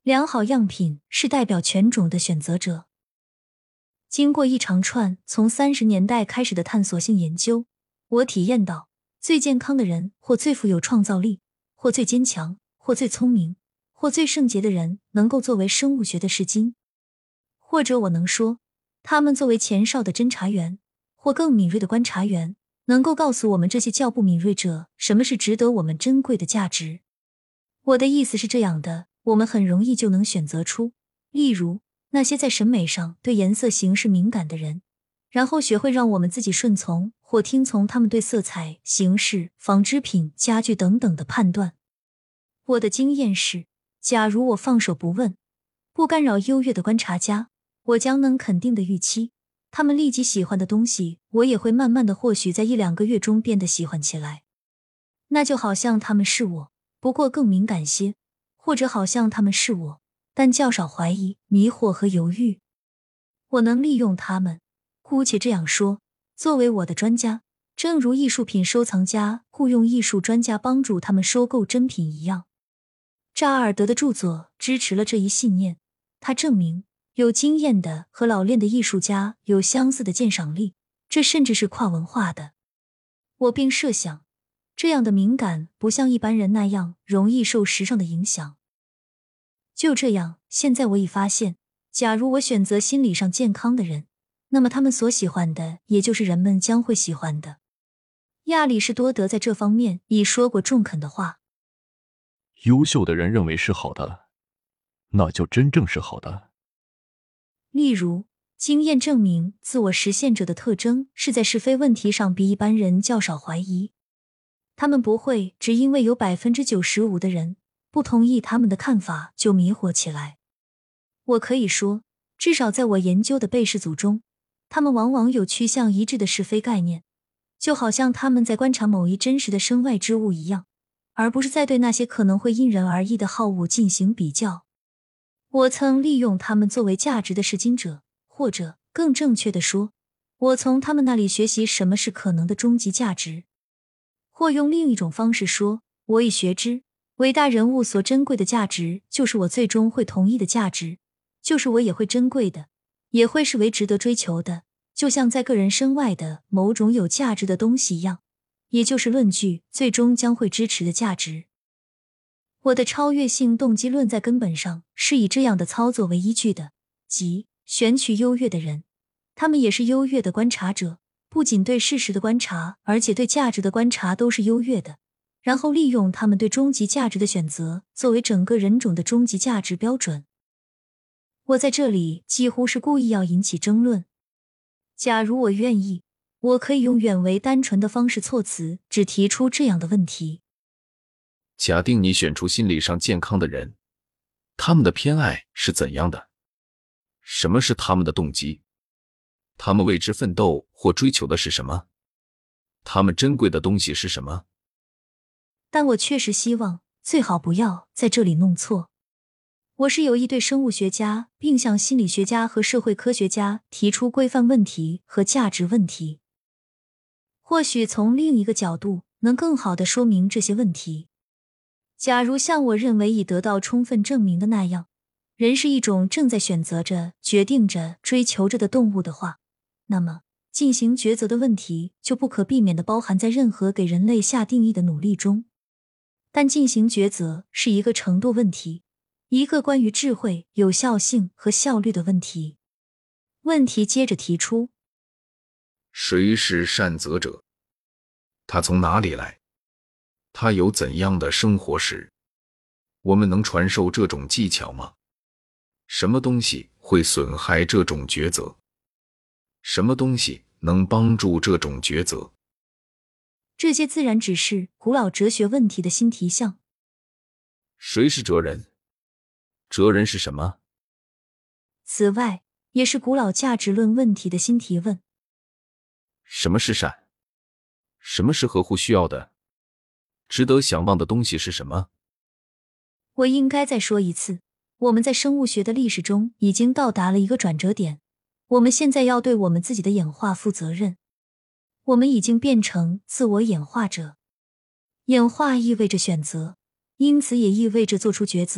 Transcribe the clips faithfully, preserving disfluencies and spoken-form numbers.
良好样品是代表犬种的选择者。经过一长串从三十年代开始的探索性研究，我体验到最健康的人或最富有创造力，或最坚强，或最聪明，或最圣洁的人能够作为生物学的试金。或者我能说，他们作为前哨的侦查员，或更敏锐的观察员，能够告诉我们这些较不敏锐者什么是值得我们珍贵的价值。我的意思是这样的，我们很容易就能选择出，例如那些在审美上对颜色形式敏感的人，然后学会让我们自己顺从或听从他们对色彩、形式、纺织品、家具等等的判断。我的经验是，假如我放手不问，不干扰优越的观察家，我将能肯定的预期，他们立即喜欢的东西，我也会慢慢的或许在一两个月中变得喜欢起来。那就好像他们是我，不过更敏感些，或者好像他们是我，但较少怀疑、迷惑和犹豫。我能利用他们，姑且这样说，作为我的专家，正如艺术品收藏家雇用艺术专家帮助他们收购珍品一样。扎尔德的著作支持了这一信念，他证明有经验的和老练的艺术家有相似的鉴赏力，这甚至是跨文化的。我并设想，这样的敏感不像一般人那样容易受时尚的影响。就这样，现在我已发现，假如我选择心理上健康的人，那么他们所喜欢的也就是人们将会喜欢的。亚里士多德在这方面已说过中肯的话。 优秀的人认为是好的，那就真正是好的。 例如，经验证明自我实现者的特征是在是非问题上比一般人较少怀疑。他们不会只因为有 百分之九十五 的人不同意他们的看法就迷惑起来。我可以说，至少在我研究的被试组中，他们往往有趋向一致的是非概念，就好像他们在观察某一真实的身外之物一样，而不是在对那些可能会因人而异的好物进行比较。我曾利用他们作为价值的试金者，或者更正确地说，我从他们那里学习什么是可能的终极价值。或用另一种方式说，我已学知，伟大人物所珍贵的价值就是我最终会同意的价值，就是我也会珍贵的，也会视为值得追求的，就像在个人身外的某种有价值的东西一样，也就是论据最终将会支持的价值。我的超越性动机论在根本上是以这样的操作为依据的，即选取优越的人，他们也是优越的观察者，不仅对事实的观察，而且对价值的观察都是优越的，然后利用他们对终极价值的选择作为整个人种的终极价值标准。我在这里几乎是故意要引起争论。假如我愿意，我可以用远为单纯的方式措辞，只提出这样的问题。 假定你选出心理上健康的人，他们的偏爱是怎样的？什么是他们的动机？他们为之奋斗或追求的是什么？他们珍贵的东西是什么？ 但我确实希望最好不要在这里弄错。我是有意对生物学家并向心理学家和社会科学家提出规范问题和价值问题。或许从另一个角度能更好地说明这些问题。假如像我认为已得到充分证明的那样，人是一种正在选择着、决定着、追求着的动物的话，那么进行抉择的问题就不可避免地包含在任何给人类下定义的努力中。但进行抉择是一个程度问题，一个关于智慧、有效性和效率的问题。问题接着提出： 谁是善择者？他从哪里来？他有怎样的生活史？我们能传授这种技巧吗？什么东西会损害这种抉择？什么东西能帮助这种抉择？ 这些自然只是古老哲学问题的新题项。 谁是哲人？哲人是什么？ 此外，也是古老价值论问题的新提问。 什么是善？什么是合乎需要的？值得想望的东西是什么？ 我应该再说一次，我们在生物学的历史中已经到达了一个转折点，我们现在要对我们自己的演化负责任。我们已经变成自我演化者。演化意味着选择，因此也意味着做出抉择，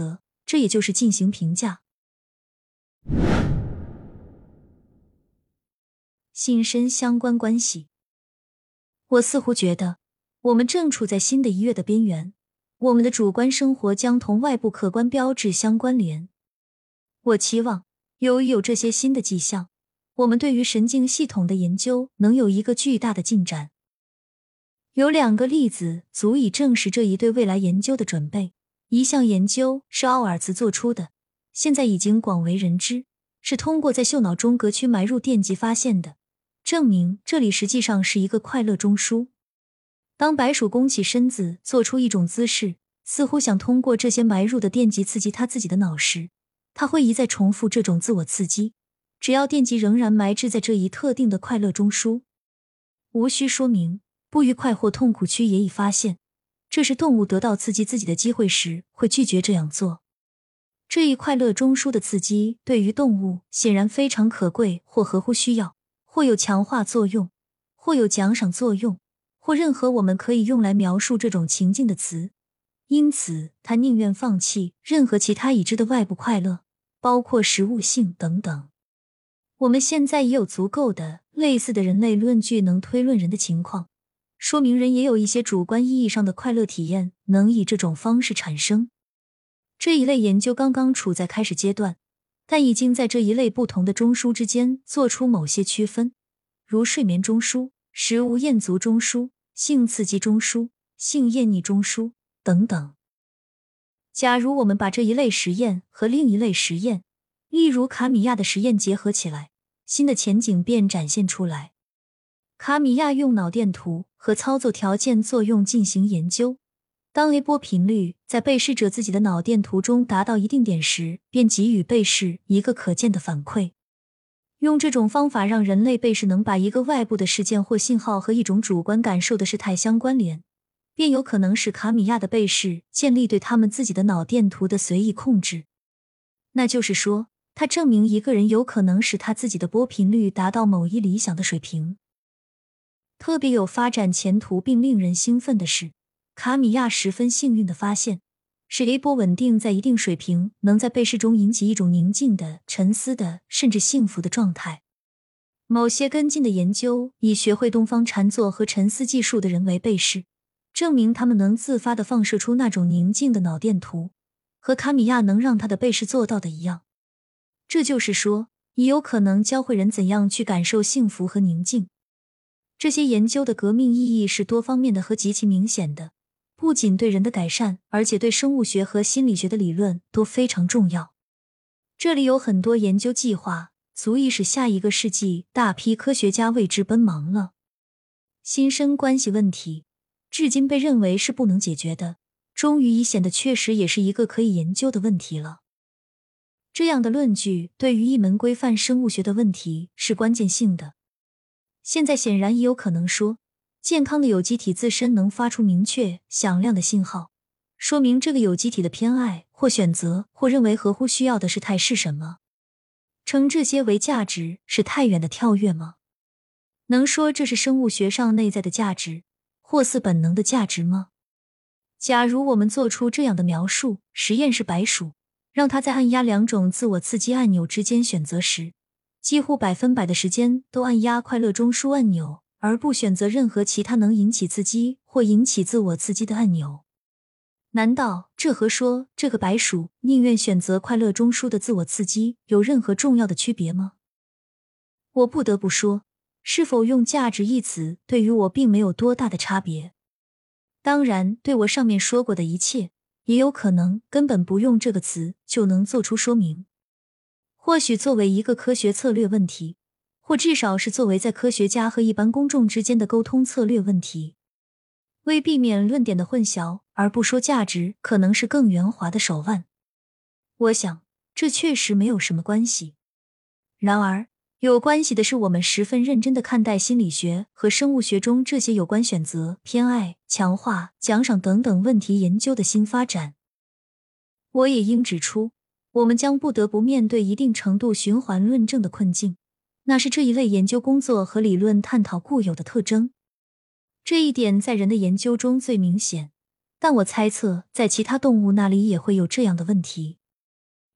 这也就是进行评价。心身相关关系。我似乎觉得，我们正处在新的一跃的边缘，我们的主观生活将同外部客观标志相关联。我期望，由于有这些新的迹象，我们对于神经系统的研究能有一个巨大的进展。有两个例子足以证实这一对未来研究的准备。一项研究是奥尔茨做出的，现在已经广为人知，是通过在嗅脑中隔区埋入电极发现的，证明这里实际上是一个快乐中枢。当白鼠弓起身子做出一种姿势，似乎想通过这些埋入的电极刺激它自己的脑时，它会一再重复这种自我刺激，只要电极仍然埋置在这一特定的快乐中枢。无需说明，不愉快或痛苦区也已发现，这是动物得到刺激自己的机会时会拒绝这样做。这一快乐中枢的刺激对于动物显然非常可贵或合乎需要，或有强化作用，或有奖赏作用，或任何我们可以用来描述这种情境的词。因此，他宁愿放弃任何其他已知的外部快乐，包括食物性等等。我们现在也有足够的类似的人类论据能推论人的情况，说明人也有一些主观意义上的快乐体验能以这种方式产生。这一类研究刚刚处在开始阶段，但已经在这一类不同的中枢之间做出某些区分，如睡眠中枢、食物厌足中枢、性刺激中枢、性厌腻中枢等等。假如我们把这一类实验和另一类实验，例如卡米亚的实验结合起来，新的前景便展现出来。卡米亚用脑电图和操作条件作用进行研究，当 A 波频率在被试者自己的脑电图中达到一定点时，便给予被试一个可见的反馈。用这种方法让人类被试能把一个外部的事件或信号和一种主观感受的事态相关联，便有可能使卡米亚的被试建立对他们自己的脑电图的随意控制。那就是说，它证明一个人有可能使他自己的波频率达到某一理想的水平。特别有发展前途并令人兴奋的是，卡米亚十分幸运地发现，使 A 波稳定在一定水平，能在被试中引起一种宁静的、沉思的，甚至幸福的状态。某些跟进的研究以学会东方禅坐和沉思技术的人为被试，证明他们能自发地放射出那种宁静的脑电图，和卡米亚能让他的被试做到的一样。这就是说，也有可能教会人怎样去感受幸福和宁静。这些研究的革命意义是多方面的和极其明显的，不仅对人的改善，而且对生物学和心理学的理论都非常重要。这里有很多研究计划，足以使下一个世纪大批科学家为之奔忙了。心身关系问题，至今被认为是不能解决的，终于已显得确实也是一个可以研究的问题了。这样的论据对于一门规范生物学的问题是关键性的。现在显然也有可能说，健康的有机体自身能发出明确、响亮的信号，说明这个有机体的偏爱或选择或认为合乎需要的事态是什么。称这些为价值是太远的跳跃吗？能说这是生物学上内在的价值，或似本能的价值吗？假如我们做出这样的描述，实验是白鼠，让它在按压两种自我刺激按钮之间选择时，几乎百分百的时间都按压快乐中枢按钮，而不选择任何其他能引起刺激或引起自我刺激的按钮。难道这和说这个白鼠宁愿选择快乐中枢的自我刺激有任何重要的区别吗？我不得不说，是否用价值一词对于我并没有多大的差别。当然，对我上面说过的一切，也有可能根本不用这个词就能做出说明。或许作为一个科学策略问题，或至少是作为在科学家和一般公众之间的沟通策略问题。为避免论点的混淆，而不说价值可能是更圆滑的手腕。我想，这确实没有什么关系。然而，有关系的是我们十分认真地看待心理学和生物学中这些有关选择、偏爱、强化、奖赏等等问题研究的新发展。我也应指出，我们将不得不面对一定程度循环论证的困境，那是这一类研究工作和理论探讨固有的特征。这一点在人的研究中最明显，但我猜测在其他动物那里也会有这样的问题。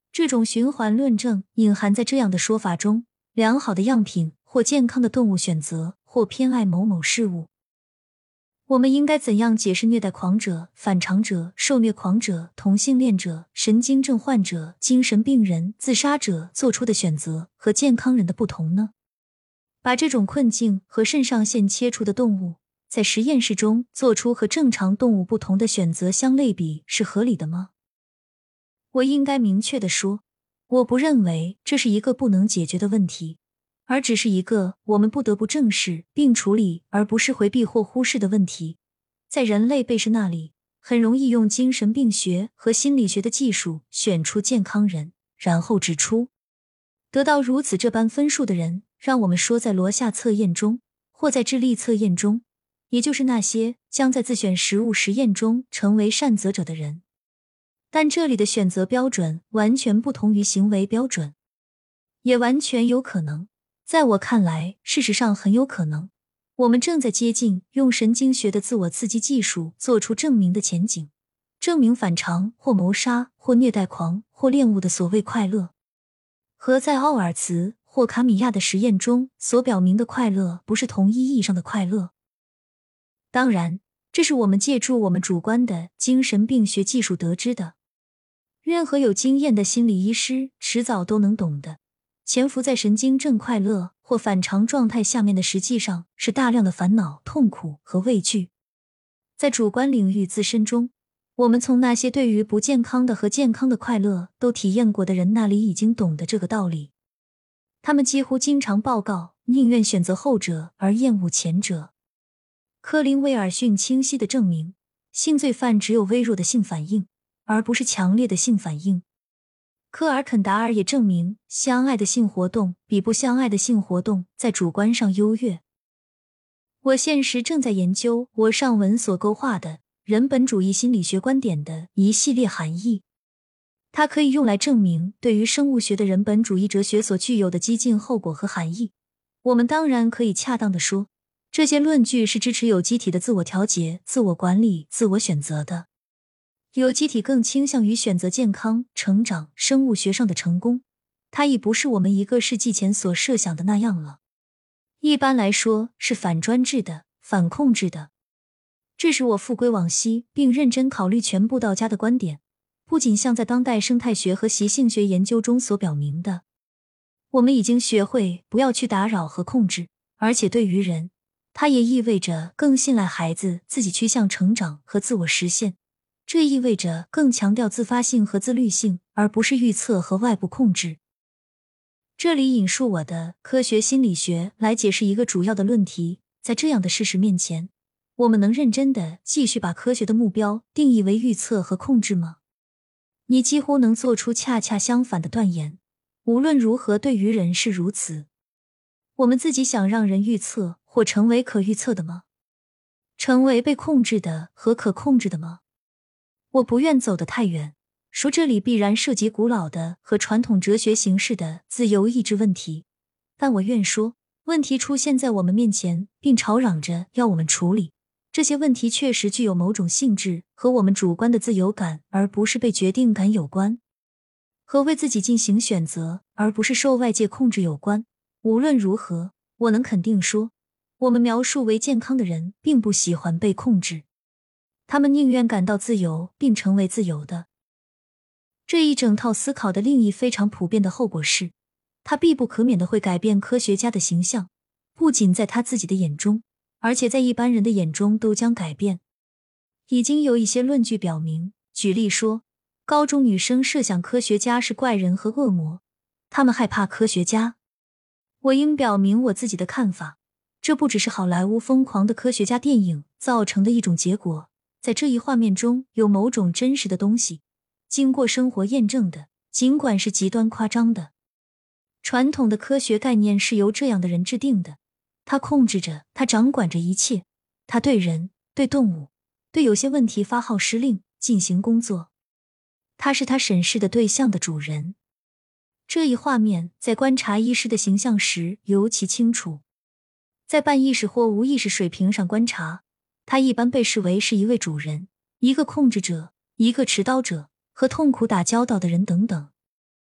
这种循环论证隐含在这样的说法中：良好的样品或健康的动物选择或偏爱某某事物。我们应该怎样解释虐待狂者、反常者、受虐狂者、同性恋者、神经症患者、精神病人、自杀者做出的选择和健康人的不同呢？把这种困境和肾上腺切除的动物在实验室中做出和正常动物不同的选择相类比是合理的吗？我应该明确地说，我不认为这是一个不能解决的问题，而只是一个我们不得不正视并处理，而不是回避或忽视的问题。在人类被试那里，很容易用精神病学和心理学的技术选出健康人，然后指出，得到如此这般分数的人，让我们说在罗夏测验中，或在智力测验中，也就是那些将在自选食物实验中成为善择者的人。但这里的选择标准完全不同于行为标准，也完全有可能，在我看来，事实上很有可能，我们正在接近用神经学的自我刺激技术做出证明的前景，证明反常或谋杀或虐待狂或恋物的所谓快乐，和在奥尔茨或卡米亚的实验中所表明的快乐不是同一意义上的快乐。当然，这是我们借助我们主观的精神病学技术得知的。任何有经验的心理医师迟早都能懂的，潜伏在神经症快乐或反常状态下面的实际上是大量的烦恼、痛苦和畏惧。在主观领域自身中，我们从那些对于不健康的和健康的快乐都体验过的人那里已经懂得这个道理。他们几乎经常报告宁愿选择后者而厌恶前者。科林·威尔逊清晰地证明，性罪犯只有微弱的性反应，而不是强烈的性反应。科尔肯达尔也证明，相爱的性活动比不相爱的性活动在主观上优越。我现时正在研究我上文所勾画的人本主义心理学观点的一系列含义，它可以用来证明对于生物学的人本主义哲学所具有的激进后果和含义。我们当然可以恰当地说，这些论据是支持有机体的自我调节、自我管理、自我选择的。有机体更倾向于选择健康、成长、生物学上的成功，它已不是我们一个世纪前所设想的那样了。一般来说是反专制的、反控制的。这是我复归往昔并认真考虑全部道家的观点，不仅像在当代生态学和习性学研究中所表明的，我们已经学会不要去打扰和控制，而且对于人，它也意味着更信赖孩子自己趋向成长和自我实现。这意味着更强调自发性和自律性，而不是预测和外部控制。这里引述我的科学心理学来解释一个主要的论题，在这样的事实面前，我们能认真地继续把科学的目标定义为预测和控制吗？你几乎能做出恰恰相反的断言，无论如何对于人是如此。我们自己想让人预测或成为可预测的吗？成为被控制的和可控制的吗？我不愿走得太远，说这里必然涉及古老的和传统哲学形式的自由意志问题，但我愿说，问题出现在我们面前，并吵嚷着要我们处理。这些问题确实具有某种性质，和我们主观的自由感而不是被决定感有关，和为自己进行选择而不是受外界控制有关。无论如何，我能肯定说，我们描述为健康的人并不喜欢被控制，他们宁愿感到自由并成为自由的。这一整套思考的另一非常普遍的后果是，它必不可免地会改变科学家的形象，不仅在他自己的眼中，而且在一般人的眼中都将改变。已经有一些论据表明，举例说，高中女生设想科学家是怪人和恶魔，她们害怕科学家。我应表明我自己的看法，这不只是好莱坞疯狂的科学家电影造成的一种结果，在这一画面中有某种真实的东西，经过生活验证的，尽管是极端夸张的。传统的科学概念是由这样的人制定的，他控制着，他掌管着一切，他对人、对动物、对有些问题发号施令，进行工作。他是他审视的对象的主人。这一画面在观察医师的形象时尤其清楚。在半意识或无意识水平上观察，他一般被视为是一位主人，一个控制者，一个持刀者，和痛苦打交道的人等等。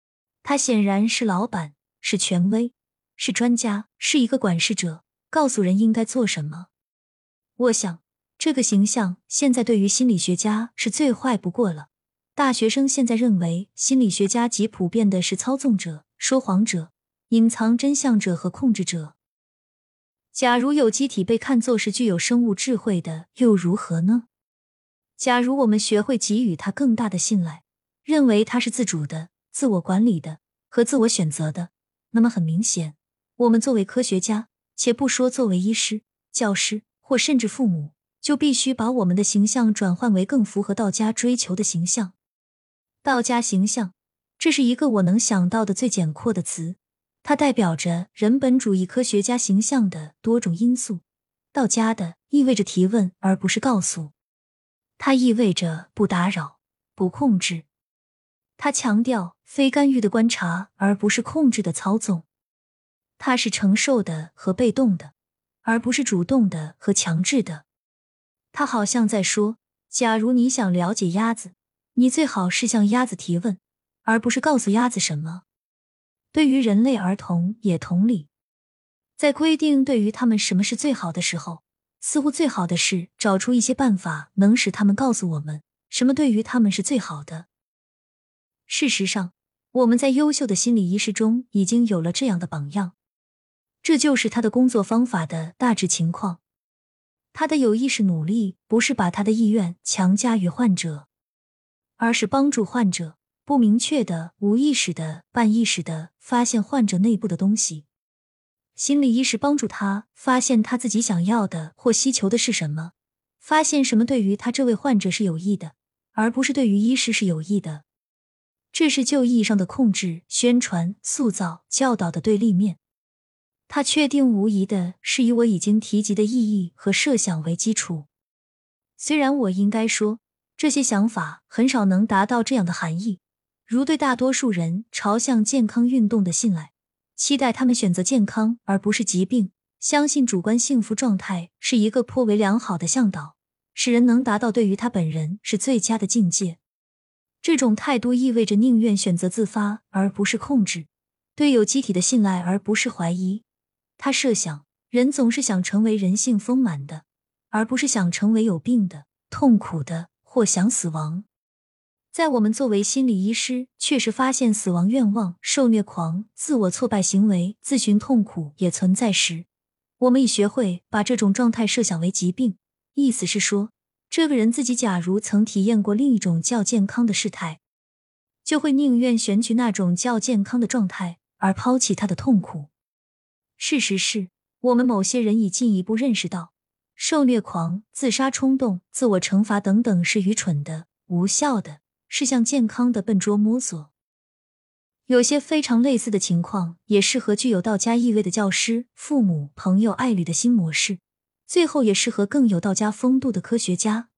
他显然是老板，是权威，是专家，是一个管事者，告诉人应该做什么。我想，这个形象现在对于心理学家是最坏不过了。大学生现在认为心理学家极普遍的是操纵者、说谎者、隐藏真相者和控制者。假如有机体被看作是具有生物智慧的，又如何呢？假如我们学会给予它更大的信赖，认为它是自主的、自我管理的和自我选择的，那么很明显，我们作为科学家，且不说作为医师、教师或甚至父母，就必须把我们的形象转换为更符合道家追求的形象。道家形象，这是一个我能想到的最简括的词，它代表着人本主义科学家形象的多种因素。道家的意味着提问而不是告诉，它意味着不打扰、不控制，它强调非干预的观察而不是控制的操纵，它是承受的和被动的，而不是主动的和强制的。它好像在说，假如你想了解鸭子，你最好是向鸭子提问，而不是告诉鸭子什么。对于人类儿童也同理，在规定对于他们什么是最好的时候，似乎最好的是找出一些办法能使他们告诉我们什么对于他们是最好的。事实上，我们在优秀的心理医师中已经有了这样的榜样，这就是他的工作方法的大致情况。他的有意识努力不是把他的意愿强加于患者，而是帮助患者不明确的、无意识的、半意识的发现患者内部的东西。心理医师帮助他发现他自己想要的或希求的是什么，发现什么对于他这位患者是有益的，而不是对于医师是有益的。这是旧意义上的控制、宣传、塑造、教导的对立面。它确定无疑的是以我已经提及的意义和设想为基础。虽然我应该说，这些想法很少能达到这样的含义，如对大多数人朝向健康运动的信赖，期待他们选择健康而不是疾病，相信主观幸福状态是一个颇为良好的向导，使人能达到对于他本人是最佳的境界。这种态度意味着宁愿选择自发而不是控制，对有机体的信赖而不是怀疑。他设想，人总是想成为人性丰满的，而不是想成为有病的、痛苦的或想死亡。在我们作为心理医师确实发现死亡愿望、受虐狂、自我挫败行为、自寻痛苦也存在时，我们已学会把这种状态设想为疾病，意思是说，这个人自己假如曾体验过另一种较健康的事态，就会宁愿选取那种较健康的状态，而抛弃他的痛苦。事实是，我们某些人已进一步认识到，受虐狂、自杀冲动、自我惩罚等等是愚蠢的、无效的，是向健康的笨拙摸索。有些非常类似的情况也适合具有道家意味的教师、父母、朋友、爱侣的新模式，最后也适合更有道家风度的科学家、